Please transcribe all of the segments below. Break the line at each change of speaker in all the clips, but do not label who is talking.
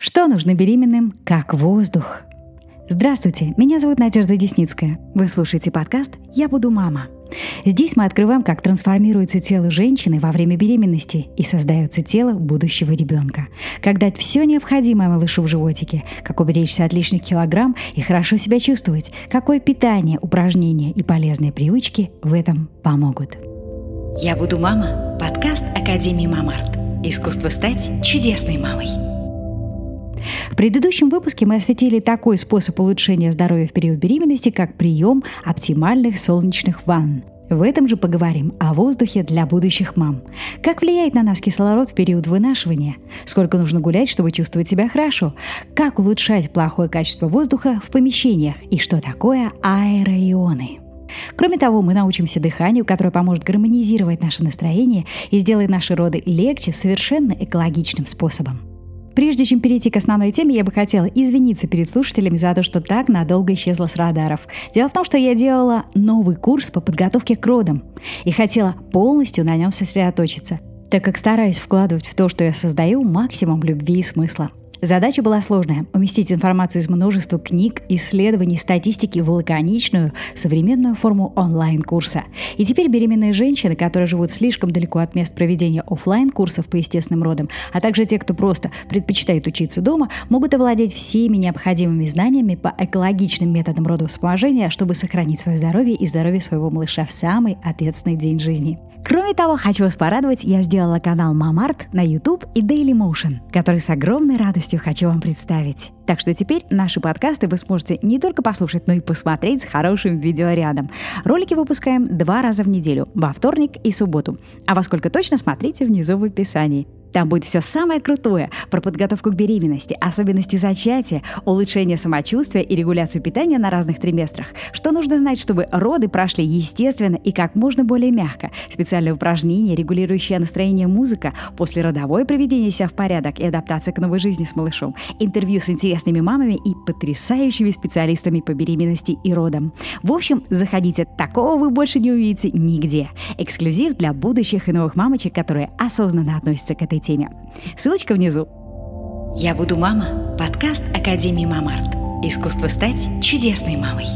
Что нужно беременным, как воздух? Здравствуйте, меня зовут Надежда Десницкая. Вы слушаете подкаст «Я буду мама». Здесь мы открываем, как трансформируется тело женщины во время беременности и создается тело будущего ребенка. Как дать все необходимое малышу в животике, как уберечься от лишних килограмм и хорошо себя чувствовать, какое питание, упражнения и полезные привычки в этом помогут. «Я буду мама» – подкаст Академии Мамарт. Искусство стать чудесной мамой. В предыдущем выпуске мы осветили такой способ улучшения здоровья в период беременности, как прием оптимальных солнечных ванн. В этом же поговорим о воздухе для будущих мам. Как влияет на нас кислород в период вынашивания? Сколько нужно гулять, чтобы чувствовать себя хорошо? Как улучшать плохое качество воздуха в помещениях? И что такое аэроионы? Кроме того, мы научимся дыханию, которое поможет гармонизировать наше настроение и сделает наши роды легче совершенно экологичным способом. Прежде чем перейти к основной теме, я бы хотела извиниться перед слушателями за то, что так надолго исчезла с радаров. Дело в том, что я делала новый курс по подготовке к родам и хотела полностью на нем сосредоточиться, так как стараюсь вкладывать в то, что я создаю, максимум любви и смысла. Задача была сложная – уместить информацию из множества книг, исследований, статистики в лаконичную, современную форму онлайн-курса. И теперь беременные женщины, которые живут слишком далеко от мест проведения офлайн-курсов по естественным родам, а также те, кто просто предпочитает учиться дома, могут овладеть всеми необходимыми знаниями по экологичным методам родовспоможения, чтобы сохранить свое здоровье и здоровье своего малыша в самый ответственный день жизни. Кроме того, хочу вас порадовать, я сделала канал Мамарт на YouTube и Dailymotion, который с огромной радостью хочу вам представить. Так что теперь наши подкасты вы сможете не только послушать, но и посмотреть с хорошим видео рядом. Ролики выпускаем 2 раза в неделю, во вторник и субботу. А во сколько точно, смотрите внизу в описании. Там будет все самое крутое про подготовку к беременности, особенности зачатия, улучшение самочувствия и регуляцию питания на разных триместрах. Что нужно знать, чтобы роды прошли естественно и как можно более мягко. Специальные упражнения, регулирующие настроение музыка, послеродовое приведение себя в порядок и адаптация к новой жизни с малышом. Интервью с интересными мамами и потрясающими специалистами по беременности и родам. В общем, заходите, такого вы больше не увидите нигде. Эксклюзив для будущих и новых мамочек, которые осознанно относятся к этой теме. Ссылочка внизу. «Я буду мама» – подкаст Академии Мамарт. Искусство стать чудесной мамой.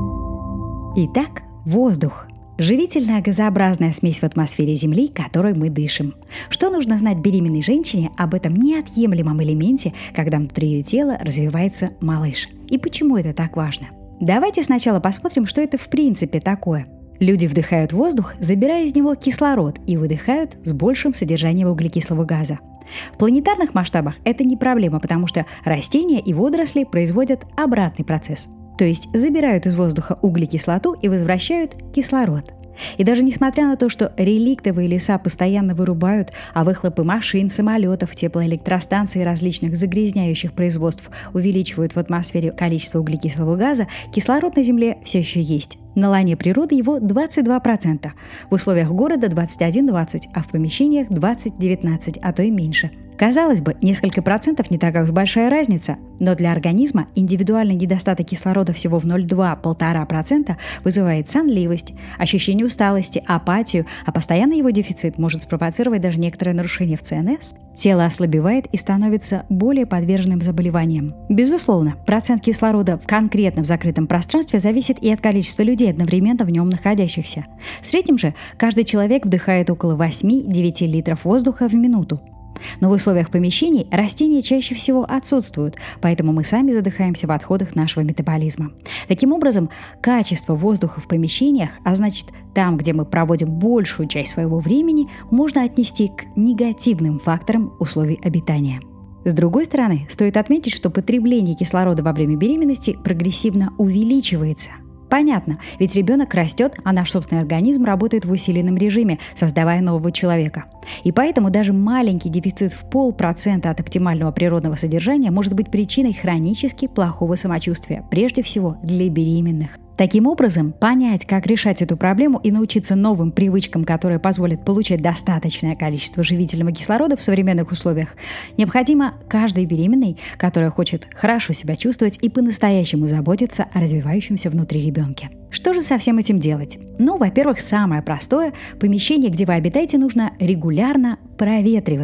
Итак, воздух. Живительная газообразная смесь в атмосфере Земли, которой мы дышим. Что нужно знать беременной женщине об этом неотъемлемом элементе, когда внутри ее тела развивается малыш? И почему это так важно? Давайте сначала посмотрим, что это в принципе такое. Люди вдыхают воздух, забирая из него кислород, и выдыхают с большим содержанием углекислого газа. В планетарных масштабах это не проблема, потому что растения и водоросли производят обратный процесс, то есть забирают из воздуха углекислоту и возвращают кислород. И даже несмотря на то, что реликтовые леса постоянно вырубают, а выхлопы машин, самолетов, теплоэлектростанций и различных загрязняющих производств увеличивают в атмосфере количество углекислого газа, кислород на Земле все еще есть. На лоне природы его 22%, в условиях города 21-20%, а в помещениях 20-19%, а то и меньше. Казалось бы, несколько процентов не такая уж большая разница, но для организма индивидуальный недостаток кислорода всего в 0,2-1,5% вызывает сонливость, ощущение усталости, апатию, а постоянный его дефицит может спровоцировать даже некоторые нарушения в ЦНС. Тело ослабевает и становится более подверженным заболеваниям. Безусловно, процент кислорода в конкретном закрытом пространстве зависит и от количества людей, одновременно в нем находящихся. В среднем же каждый человек вдыхает около 8-9 литров воздуха в минуту. Но в условиях помещений растения чаще всего отсутствуют, поэтому мы сами задыхаемся в отходах нашего метаболизма. Таким образом, качество воздуха в помещениях, а значит там, где мы проводим большую часть своего времени, можно отнести к негативным факторам условий обитания. С другой стороны, стоит отметить, что потребление кислорода во время беременности прогрессивно увеличивается. Понятно, ведь ребенок растет, а наш собственный организм работает в усиленном режиме, создавая нового человека. И поэтому даже маленький дефицит в 0,5% от оптимального природного содержания может быть причиной хронически плохого самочувствия, прежде всего для беременных. Таким образом, понять, как решать эту проблему и научиться новым привычкам, которые позволят получать достаточное количество живительного кислорода в современных условиях, необходимо каждой беременной, которая хочет хорошо себя чувствовать и по-настоящему заботиться о развивающемся внутри ребенке. Что же со всем этим делать? Ну, во-первых, самое простое – помещение, где вы обитаете, нужно регулярно проветривать.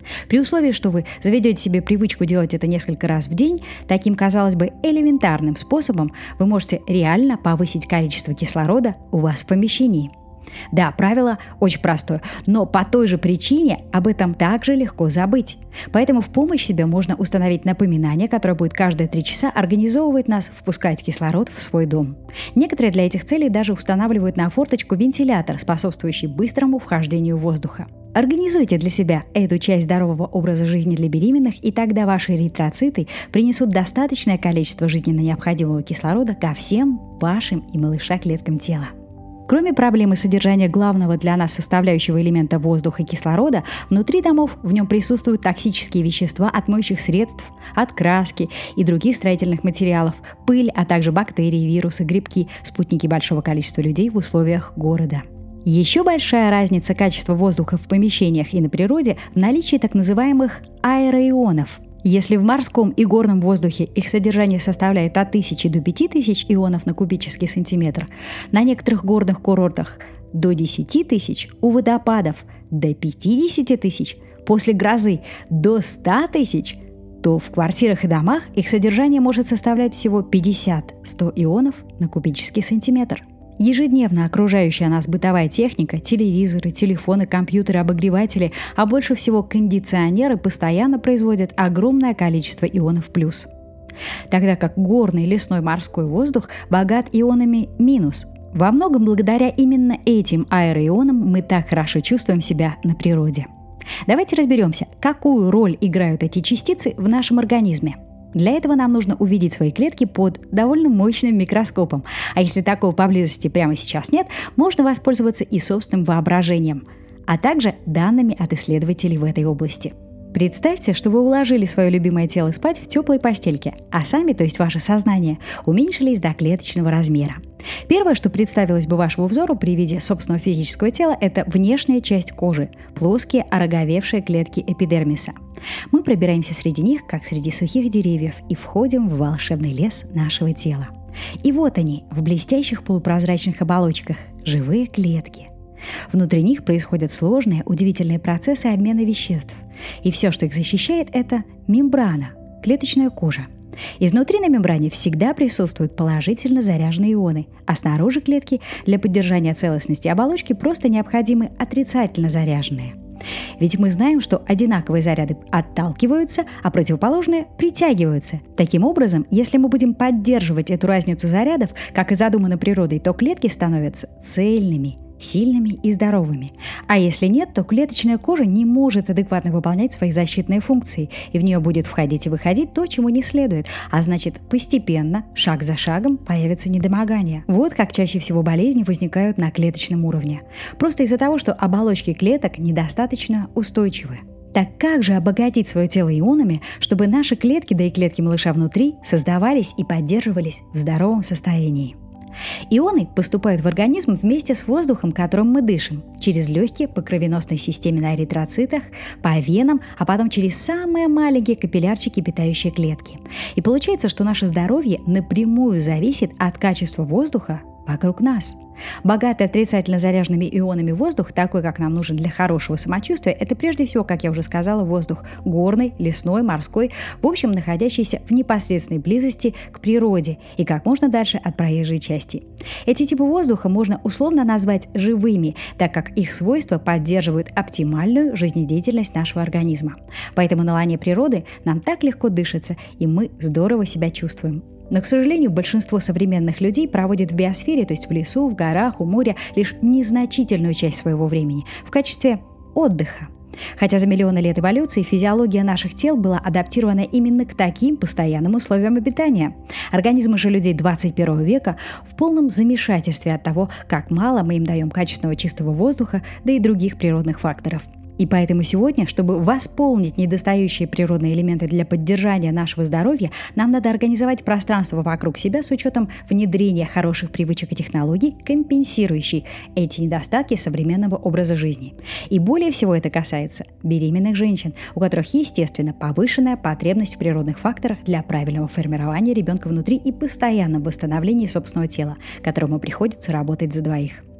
При условии, что вы заведете себе привычку делать это несколько раз в день, таким, казалось бы, элементарным способом вы можете реально повысить количество кислорода у вас в помещении. Да, правило очень простое, но по той же причине об этом также легко забыть. Поэтому в помощь себе можно установить напоминание, которое будет каждые 3 часа организовывать нас впускать кислород в свой дом. Некоторые для этих целей даже устанавливают на форточку вентилятор, способствующий быстрому вхождению воздуха. Организуйте для себя эту часть здорового образа жизни для беременных, и тогда ваши эритроциты принесут достаточное количество жизненно необходимого кислорода ко всем вашим и малыша клеткам тела. Кроме проблемы содержания главного для нас составляющего элемента воздуха кислорода, внутри домов в нем присутствуют токсические вещества от моющих средств, от краски и других строительных материалов, пыль, а также бактерии, вирусы, грибки, спутники большого количества людей в условиях города. Еще большая разница качества воздуха в помещениях и на природе в наличии так называемых аэроионов. Если в морском и горном воздухе их содержание составляет от 1000 до 5000 ионов на кубический сантиметр, на некоторых горных курортах до 10 тысяч, у водопадов до 50 тысяч, после грозы до 100 тысяч, то в квартирах и домах их содержание может составлять всего 50-100 ионов на кубический сантиметр. Ежедневно окружающая нас бытовая техника, телевизоры, телефоны, компьютеры, обогреватели, а больше всего кондиционеры постоянно производят огромное количество ионов плюс. Тогда как горный, лесной, морской воздух богат ионами минус. Во многом благодаря именно этим аэроионам мы так хорошо чувствуем себя на природе. Давайте разберемся, какую роль играют эти частицы в нашем организме. Для этого нам нужно увидеть свои клетки под довольно мощным микроскопом. А если такого поблизости прямо сейчас нет, можно воспользоваться и собственным воображением, а также данными от исследователей в этой области. Представьте, что вы уложили свое любимое тело спать в теплой постельке, а сами, то есть ваше сознание, уменьшились до клеточного размера. Первое, что представилось бы вашему взору при виде собственного физического тела, это внешняя часть кожи, плоские ороговевшие клетки эпидермиса. Мы пробираемся среди них, как среди сухих деревьев, и входим в волшебный лес нашего тела. И вот они, в блестящих полупрозрачных оболочках, живые клетки. Внутри них происходят сложные, удивительные процессы обмена веществ. И все, что их защищает, это мембрана, клеточная кожа. Изнутри на мембране всегда присутствуют положительно заряженные ионы, а снаружи клетки для поддержания целостности оболочки просто необходимы отрицательно заряженные. Ведь мы знаем, что одинаковые заряды отталкиваются, а противоположные притягиваются. Таким образом, если мы будем поддерживать эту разницу зарядов, как и задумано природой, то клетки становятся цельными, сильными и здоровыми. А если нет, то клеточная кожа не может адекватно выполнять свои защитные функции, и в нее будет входить и выходить то, чему не следует, а значит, постепенно, шаг за шагом, появится недомогание. Вот как чаще всего болезни возникают на клеточном уровне. Просто из-за того, что оболочки клеток недостаточно устойчивы. Так как же обогатить свое тело ионами, чтобы наши клетки, да и клетки малыша внутри, создавались и поддерживались в здоровом состоянии? Ионы поступают в организм вместе с воздухом, которым мы дышим, через легкие по кровеносной системе на эритроцитах, по венам, а потом через самые маленькие капиллярчики, питающие клетки. И получается, что наше здоровье напрямую зависит от качества воздуха вокруг нас. Богатый отрицательно заряженными ионами воздух, такой, как нам нужен для хорошего самочувствия, это прежде всего, как я уже сказала, воздух горный, лесной, морской, в общем, находящийся в непосредственной близости к природе и как можно дальше от проезжей части. Эти типы воздуха можно условно назвать живыми, так как их свойства поддерживают оптимальную жизнедеятельность нашего организма. Поэтому на лоне природы нам так легко дышится, и мы здорово себя чувствуем. Но, к сожалению, большинство современных людей проводит в биосфере, то есть в лесу, в горах, у моря, лишь незначительную часть своего времени в качестве отдыха. Хотя за миллионы лет эволюции физиология наших тел была адаптирована именно к таким постоянным условиям обитания. Организмы же людей 21 века в полном замешательстве от того, как мало мы им даем качественного чистого воздуха, да и других природных факторов. И поэтому сегодня, чтобы восполнить недостающие природные элементы для поддержания нашего здоровья, нам надо организовать пространство вокруг себя с учетом внедрения хороших привычек и технологий, компенсирующих эти недостатки современного образа жизни. И более всего это касается беременных женщин, у которых, естественно, повышенная потребность в природных факторах для правильного формирования ребенка внутри и постоянного восстановления собственного тела, которому приходится работать за двоих.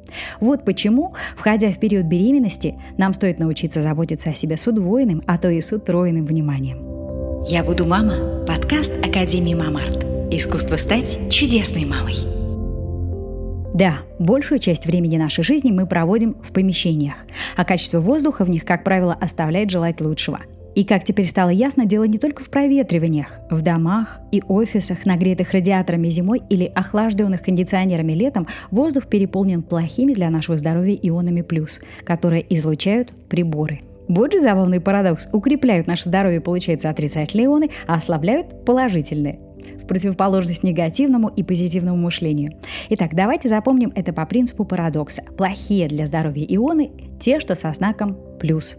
Вот почему, входя в период беременности, нам стоит научиться заботиться о себе с удвоенным, а то и с утроенным вниманием.
«Я буду мама» – подкаст Академии Мамарт. Искусство стать чудесной мамой.
Да, большую часть времени нашей жизни мы проводим в помещениях, а качество воздуха в них, как правило, оставляет желать лучшего. И, как теперь стало ясно, дело не только в проветриваниях. В домах и офисах, нагретых радиаторами зимой или охлажденных кондиционерами летом, воздух переполнен плохими для нашего здоровья ионами плюс, которые излучают приборы. Вот же забавный парадокс. Укрепляют наше здоровье, получается, отрицательные ионы, а ослабляют положительные. В противоположность негативному и позитивному мышлению. Итак, давайте запомним это по принципу парадокса. Плохие для здоровья ионы – те, что со знаком плюс.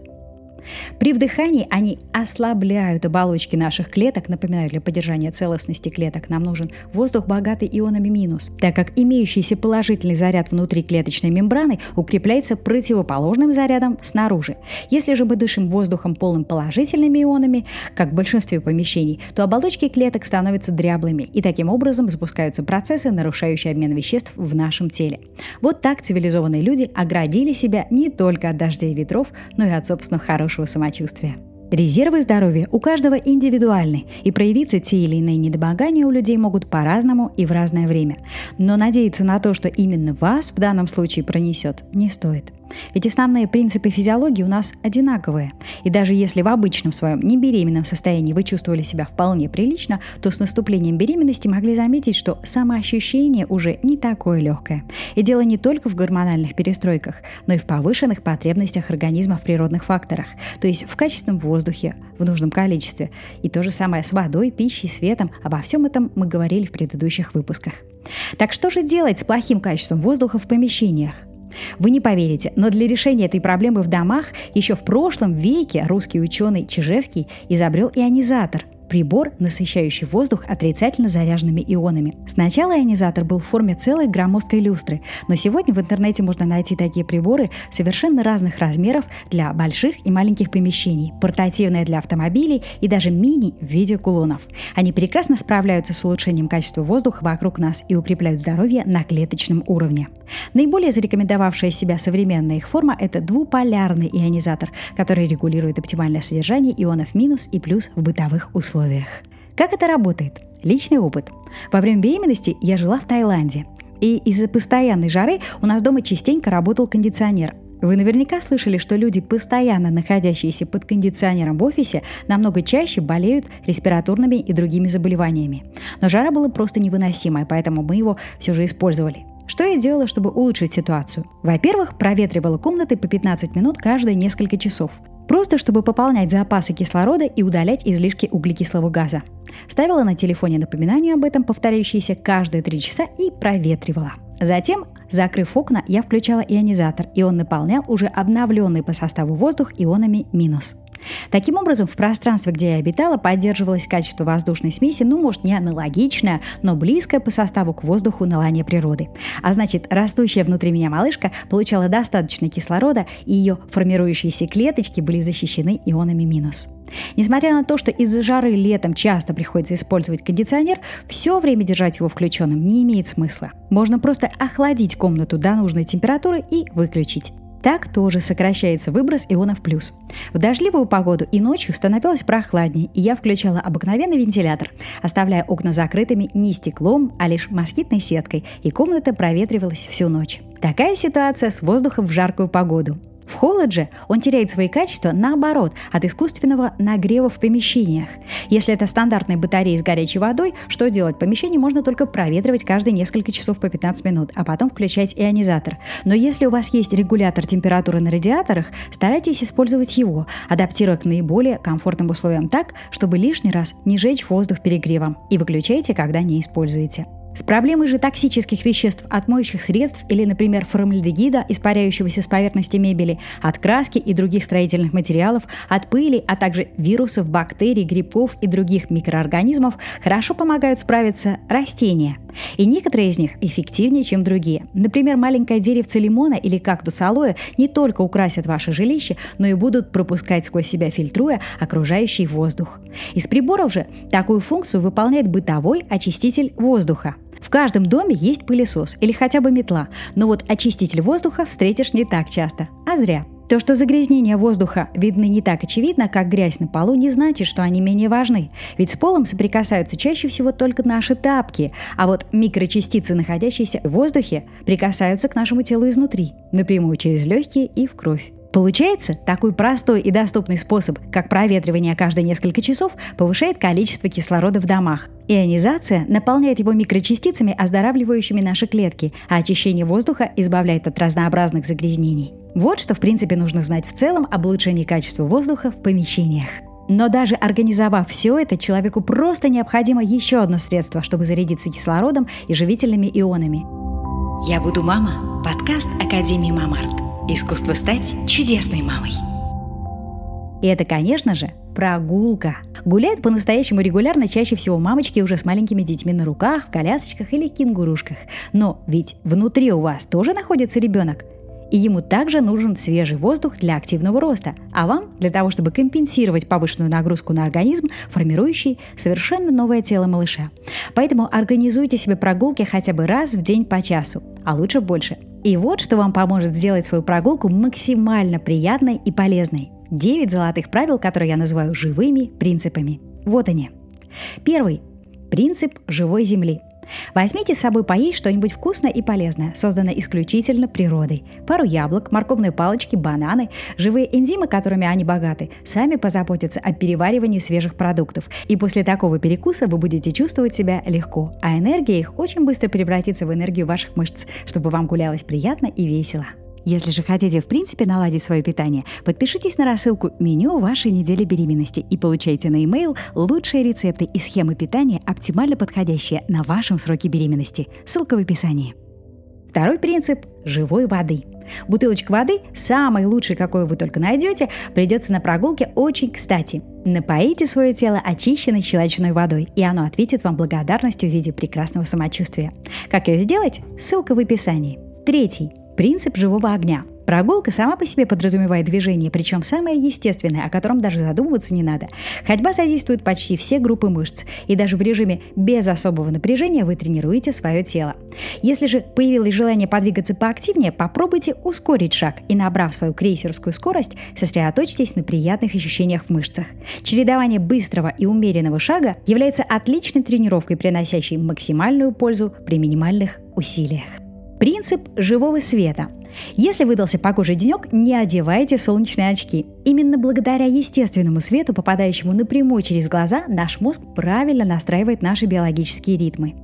При вдыхании они ослабляют оболочки наших клеток. Напоминаю, для поддержания целостности клеток нам нужен воздух, богатый ионами минус, так как имеющийся положительный заряд внутри клеточной мембраны укрепляется противоположным зарядом снаружи. Если же мы дышим воздухом, полным положительными ионами, как в большинстве помещений, то оболочки клеток становятся дряблыми, и таким образом запускаются процессы, нарушающие обмен веществ в нашем теле. Вот так цивилизованные люди оградили себя не только от дождей и ветров, но и от собственного хорошего самочувствия. Резервы здоровья у каждого индивидуальны, и проявиться те или иные недомогания у людей могут по-разному и в разное время. Но надеяться на то, что именно вас в данном случае пронесет, не стоит. Ведь основные принципы физиологии у нас одинаковые. И даже если в обычном своем небеременном состоянии вы чувствовали себя вполне прилично, то с наступлением беременности могли заметить, что самоощущение уже не такое легкое. И дело не только в гормональных перестройках, но и в повышенных потребностях организма в природных факторах, то есть в качественном воздухе в нужном количестве. И то же самое с водой, пищей, светом. Обо всем этом мы говорили в предыдущих выпусках. Так что же делать с плохим качеством воздуха в помещениях? Вы не поверите, но для решения этой проблемы в домах еще в прошлом веке русский ученый Чижевский изобрел ионизатор – прибор, насыщающий воздух отрицательно заряженными ионами. Сначала ионизатор был в форме целой громоздкой люстры, но сегодня в интернете можно найти такие приборы совершенно разных размеров для больших и маленьких помещений, портативные для автомобилей и даже мини в виде кулонов. Они прекрасно справляются с улучшением качества воздуха вокруг нас и укрепляют здоровье на клеточном уровне. Наиболее зарекомендовавшая себя современная их форма – это двуполярный ионизатор, который регулирует оптимальное содержание ионов минус и плюс в бытовых условиях. Как это работает? Личный опыт. Во время беременности я жила в Таиланде, и из-за постоянной жары у нас дома частенько работал кондиционер. Вы наверняка слышали, что люди, постоянно находящиеся под кондиционером в офисе, намного чаще болеют респираторными и другими заболеваниями. Но жара была просто невыносимая, поэтому мы его все же использовали. Что я делала, чтобы улучшить ситуацию? Во-первых, проветривала комнаты по 15 минут каждые несколько часов. Просто чтобы пополнять запасы кислорода и удалять излишки углекислого газа. Ставила на телефоне напоминание об этом, повторяющееся каждые 3 часа, и проветривала. Затем, закрыв окна, я включала ионизатор, и он наполнял уже обновленный по составу воздух ионами минус. Таким образом, в пространстве, где я обитала, поддерживалось качество воздушной смеси, может, не аналогичное, но близкое по составу к воздуху на лоне природы. А значит, растущая внутри меня малышка получала достаточно кислорода, и ее формирующиеся клеточки были защищены ионами минус. Несмотря на то, что из-за жары летом часто приходится использовать кондиционер, все время держать его включенным не имеет смысла. Можно просто охладить комнату до нужной температуры и выключить. Так тоже сокращается выброс ионов плюс. В дождливую погоду и ночью становилось прохладнее, и я включала обыкновенный вентилятор, оставляя окна закрытыми не стеклом, а лишь москитной сеткой, и комната проветривалась всю ночь. Такая ситуация с воздухом в жаркую погоду. В холод же он теряет свои качества, наоборот, от искусственного нагрева в помещениях. Если это стандартные батареи с горячей водой, что делать? Помещение можно только проветривать каждые несколько часов по 15 минут, а потом включать ионизатор. Но если у вас есть регулятор температуры на радиаторах, старайтесь использовать его, адаптируя к наиболее комфортным условиям так, чтобы лишний раз не жечь воздух перегревом, и выключайте, когда не используете. С проблемой же токсических веществ от моющих средств или, например, формальдегида, испаряющегося с поверхности мебели, от краски и других строительных материалов, от пыли, а также вирусов, бактерий, грибков и других микроорганизмов хорошо помогают справиться растения. И некоторые из них эффективнее, чем другие. Например, маленькое деревце лимона или кактус алоэ не только украсят ваше жилище, но и будут пропускать сквозь себя, фильтруя окружающий воздух. Из приборов же такую функцию выполняет бытовой очиститель воздуха. В каждом доме есть пылесос или хотя бы метла, но вот очиститель воздуха встретишь не так часто, а зря. То, что загрязнения воздуха видны не так очевидно, как грязь на полу, не значит, что они менее важны. Ведь с полом соприкасаются чаще всего только наши тапки, а вот микрочастицы, находящиеся в воздухе, прикасаются к нашему телу изнутри, напрямую через легкие и в кровь. Получается, такой простой и доступный способ, как проветривание каждые несколько часов, повышает количество кислорода в домах. Ионизация наполняет его микрочастицами, оздоравливающими наши клетки, а очищение воздуха избавляет от разнообразных загрязнений. Вот что, в принципе, нужно знать в целом об улучшении качества воздуха в помещениях. Но даже организовав все это, человеку просто необходимо еще одно средство, чтобы зарядиться кислородом и живительными ионами.
«Я буду мама» – подкаст Академии Мамарт. Искусство стать чудесной мамой.
И это, конечно же, прогулка. Гуляют по-настоящему регулярно чаще всего мамочки уже с маленькими детьми на руках, в колясочках или кенгурушках. Но ведь внутри у вас тоже находится ребенок. И ему также нужен свежий воздух для активного роста, а вам для того, чтобы компенсировать повышенную нагрузку на организм, формирующий совершенно новое тело малыша. Поэтому организуйте себе прогулки хотя бы раз в день по часу, а лучше больше. И вот что вам поможет сделать свою прогулку максимально приятной и полезной. 9 золотых правил, которые я называю живыми принципами. Вот они. Первый. Принцип живой земли. Возьмите с собой поесть что-нибудь вкусное и полезное, созданное исключительно природой. Пару яблок, морковные палочки, бананы, живые энзимы, которыми они богаты, сами позаботятся о переваривании свежих продуктов. И после такого перекуса вы будете чувствовать себя легко, а энергия их очень быстро превратится в энергию ваших мышц, чтобы вам гулялось приятно и весело. Если же хотите в принципе наладить свое питание, подпишитесь на рассылку «Меню вашей недели беременности» и получайте на e-mail лучшие рецепты и схемы питания, оптимально подходящие на вашем сроке беременности. Ссылка в описании. Второй принцип – живой воды. Бутылочка воды, самой лучшей, какую вы только найдете, придется на прогулке очень кстати. Напоите свое тело очищенной щелочной водой, и оно ответит вам благодарностью в виде прекрасного самочувствия. Как ее сделать? Ссылка в описании. Третий. Принцип живого огня. Прогулка сама по себе подразумевает движение, причем самое естественное, о котором даже задумываться не надо. Ходьба задействует почти все группы мышц, и даже в режиме без особого напряжения вы тренируете свое тело. Если же появилось желание подвигаться поактивнее, попробуйте ускорить шаг и, набрав свою крейсерскую скорость, сосредоточьтесь на приятных ощущениях в мышцах. Чередование быстрого и умеренного шага является отличной тренировкой, приносящей максимальную пользу при минимальных усилиях. Принцип живого света. Если выдался погожий денек, не одевайте солнечные очки. Именно благодаря естественному свету, попадающему напрямую через глаза, наш мозг правильно настраивает наши биологические ритмы.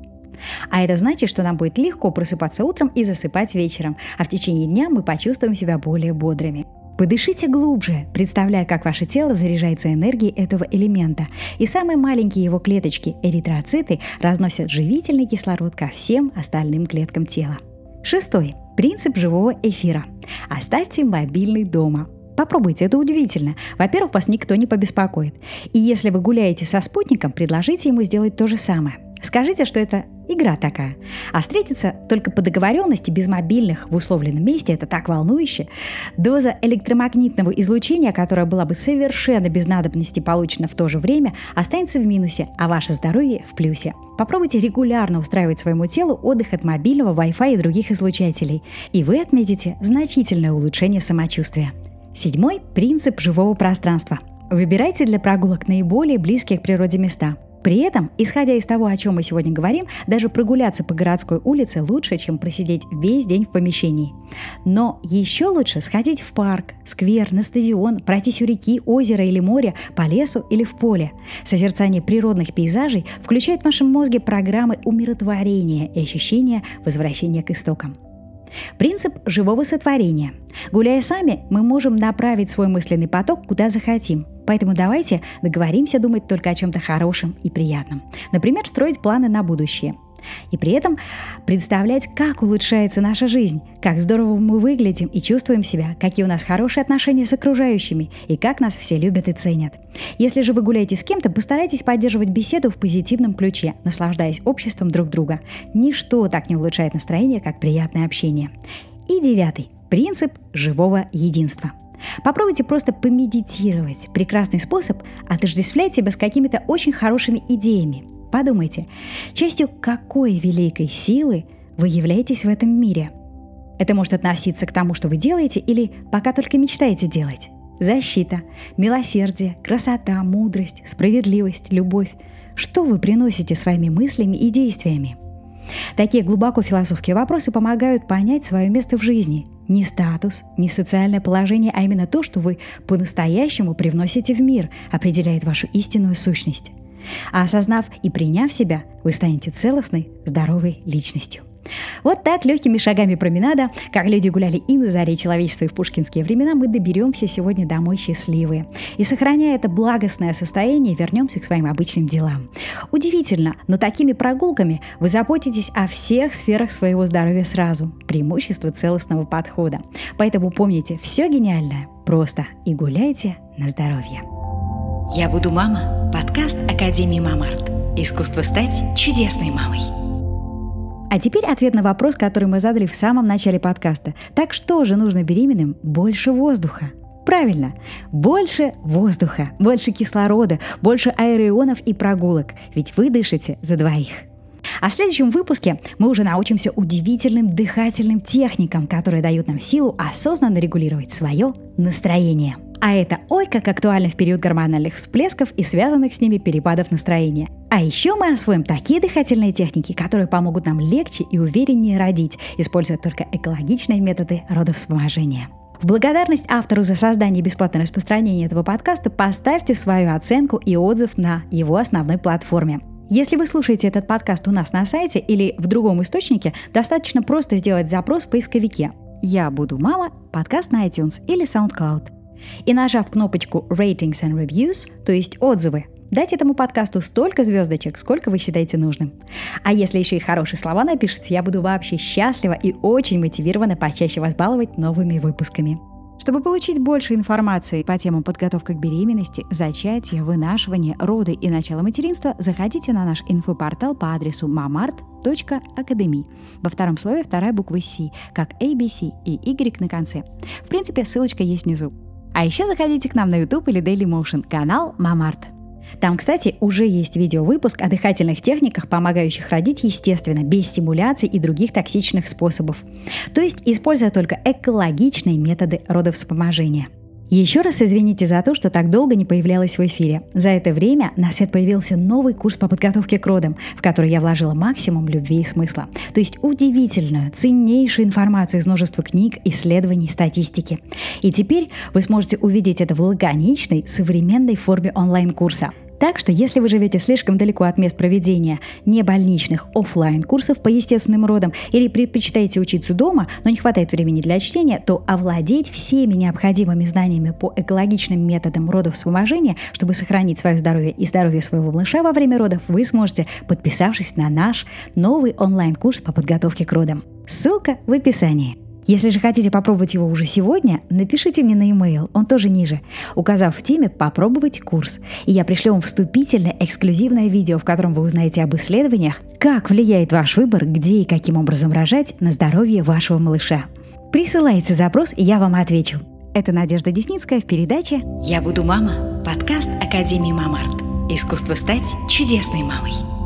А это значит, что нам будет легко просыпаться утром и засыпать вечером, а в течение дня мы почувствуем себя более бодрыми. Подышите глубже, представляя, как ваше тело заряжается энергией этого элемента. И самые маленькие его клеточки, эритроциты, разносят живительный кислород ко всем остальным клеткам тела. Шестой. Принцип живого эфира. Оставьте мобильный дома. Попробуйте, это удивительно. Во-первых, вас никто не побеспокоит. И если вы гуляете со спутником, предложите ему сделать то же самое. Скажите, что это игра такая. А встретиться только по договоренности, без мобильных, в условленном месте, это так волнующе. Доза электромагнитного излучения, которая была бы совершенно без надобности получена в то же время, останется в минусе, а ваше здоровье в плюсе. Попробуйте регулярно устраивать своему телу отдых от мобильного, Wi-Fi и других излучателей, и вы отметите значительное улучшение самочувствия. Седьмой – принцип живого пространства. Выбирайте для прогулок наиболее близкие к природе места. При этом, исходя из того, о чем мы сегодня говорим, даже прогуляться по городской улице лучше, чем просидеть весь день в помещении. Но еще лучше сходить в парк, сквер, на стадион, пройтись у реки, озера или моря, по лесу или в поле. Созерцание природных пейзажей включает в вашем мозге программы умиротворения и ощущения возвращения к истокам. Принцип живого сотворения. Гуляя сами, мы можем направить свой мысленный поток куда захотим. Поэтому давайте договоримся думать только о чем-то хорошем и приятном. Например, строить планы на будущее. И при этом представлять, как улучшается наша жизнь, как здорово мы выглядим и чувствуем себя, какие у нас хорошие отношения с окружающими и как нас все любят и ценят. Если же вы гуляете с кем-то, постарайтесь поддерживать беседу в позитивном ключе, наслаждаясь обществом друг друга. Ничто так не улучшает настроение, как приятное общение. И девятый. Принцип живого единства. Попробуйте просто помедитировать. Прекрасный способ отождествлять себя с какими-то очень хорошими идеями. Подумайте, частью какой великой силы вы являетесь в этом мире? Это может относиться к тому, что вы делаете, или пока только мечтаете делать. Защита, милосердие, красота, мудрость, справедливость, любовь. Что вы приносите своими мыслями и действиями? Такие глубоко философские вопросы помогают понять свое место в жизни. Не статус, не социальное положение, а именно то, что вы по-настоящему привносите в мир, определяет вашу истинную сущность. А осознав и приняв себя, вы станете целостной, здоровой личностью. Вот так, легкими шагами променада, как люди гуляли и на заре человечества, и в пушкинские времена, мы доберемся сегодня домой счастливые. И, сохраняя это благостное состояние, вернемся к своим обычным делам. Удивительно, но такими прогулками вы заботитесь о всех сферах своего здоровья сразу. Преимущество целостного подхода. Поэтому помните, все гениальное просто и гуляйте на здоровье.
«Я буду мама» – подкаст Академии Мамарт. Искусство стать чудесной мамой.
А теперь ответ на вопрос, который мы задали в самом начале подкаста. Так что же нужно беременным? Больше воздуха. Правильно, больше воздуха, больше кислорода, больше аэроионов и прогулок, ведь вы дышите за двоих. А в следующем выпуске мы уже научимся удивительным дыхательным техникам, которые дают нам силу осознанно регулировать свое настроение. А это ой как актуально в период гормональных всплесков и связанных с ними перепадов настроения. А еще мы освоим такие дыхательные техники, которые помогут нам легче и увереннее родить, используя только экологичные методы родовспоможения. В благодарность автору за создание и бесплатное распространение этого подкаста поставьте свою оценку и отзыв на его основной платформе. Если вы слушаете этот подкаст у нас на сайте или в другом источнике, достаточно просто сделать запрос в поисковике «Я буду мама», подкаст на iTunes или SoundCloud. И нажав кнопочку Ratings and Reviews, то есть отзывы, дайте этому подкасту столько звездочек, сколько вы считаете нужным. А если еще и хорошие слова напишите, я буду вообще счастлива и очень мотивирована почаще вас баловать новыми выпусками. Чтобы получить больше информации по темам подготовка к беременности, зачатия, вынашивания, роды и начала материнства, заходите на наш инфопортал по адресу mamart.academy. Во втором слове вторая буква C, как ABC и Y на конце. В принципе, ссылочка есть внизу. А еще заходите к нам на YouTube или Dailymotion, канал Мамарт. Там, кстати, уже есть видеовыпуск о дыхательных техниках, помогающих родить естественно, без стимуляций и других токсичных способов. То есть, используя только экологичные методы родовспоможения. Еще раз извините за то, что так долго не появлялась в эфире. За это время на свет появился новый курс по подготовке к родам, в который я вложила максимум любви и смысла. То есть удивительную, ценнейшую информацию из множества книг, исследований, статистики. И теперь вы сможете увидеть это в лаконичной, современной форме онлайн-курса. Так что, если вы живете слишком далеко от мест проведения небольничных офлайн-курсов по естественным родам или предпочитаете учиться дома, но не хватает времени для чтения, то овладеть всеми необходимыми знаниями по экологичным методам родовспоможения, чтобы сохранить свое здоровье и здоровье своего малыша во время родов, вы сможете, подписавшись на наш новый онлайн-курс по подготовке к родам. Ссылка в описании. Если же хотите попробовать его уже сегодня, напишите мне на e-mail, он тоже ниже, указав в теме «Попробовать курс». И я пришлю вам вступительное эксклюзивное видео, в котором вы узнаете об исследованиях, как влияет ваш выбор, где и каким образом рожать на здоровье вашего малыша. Присылайте запрос, и я вам отвечу. Это Надежда Десницкая в передаче
«Я буду мама» – подкаст Академии Мамарт. Искусство стать чудесной мамой.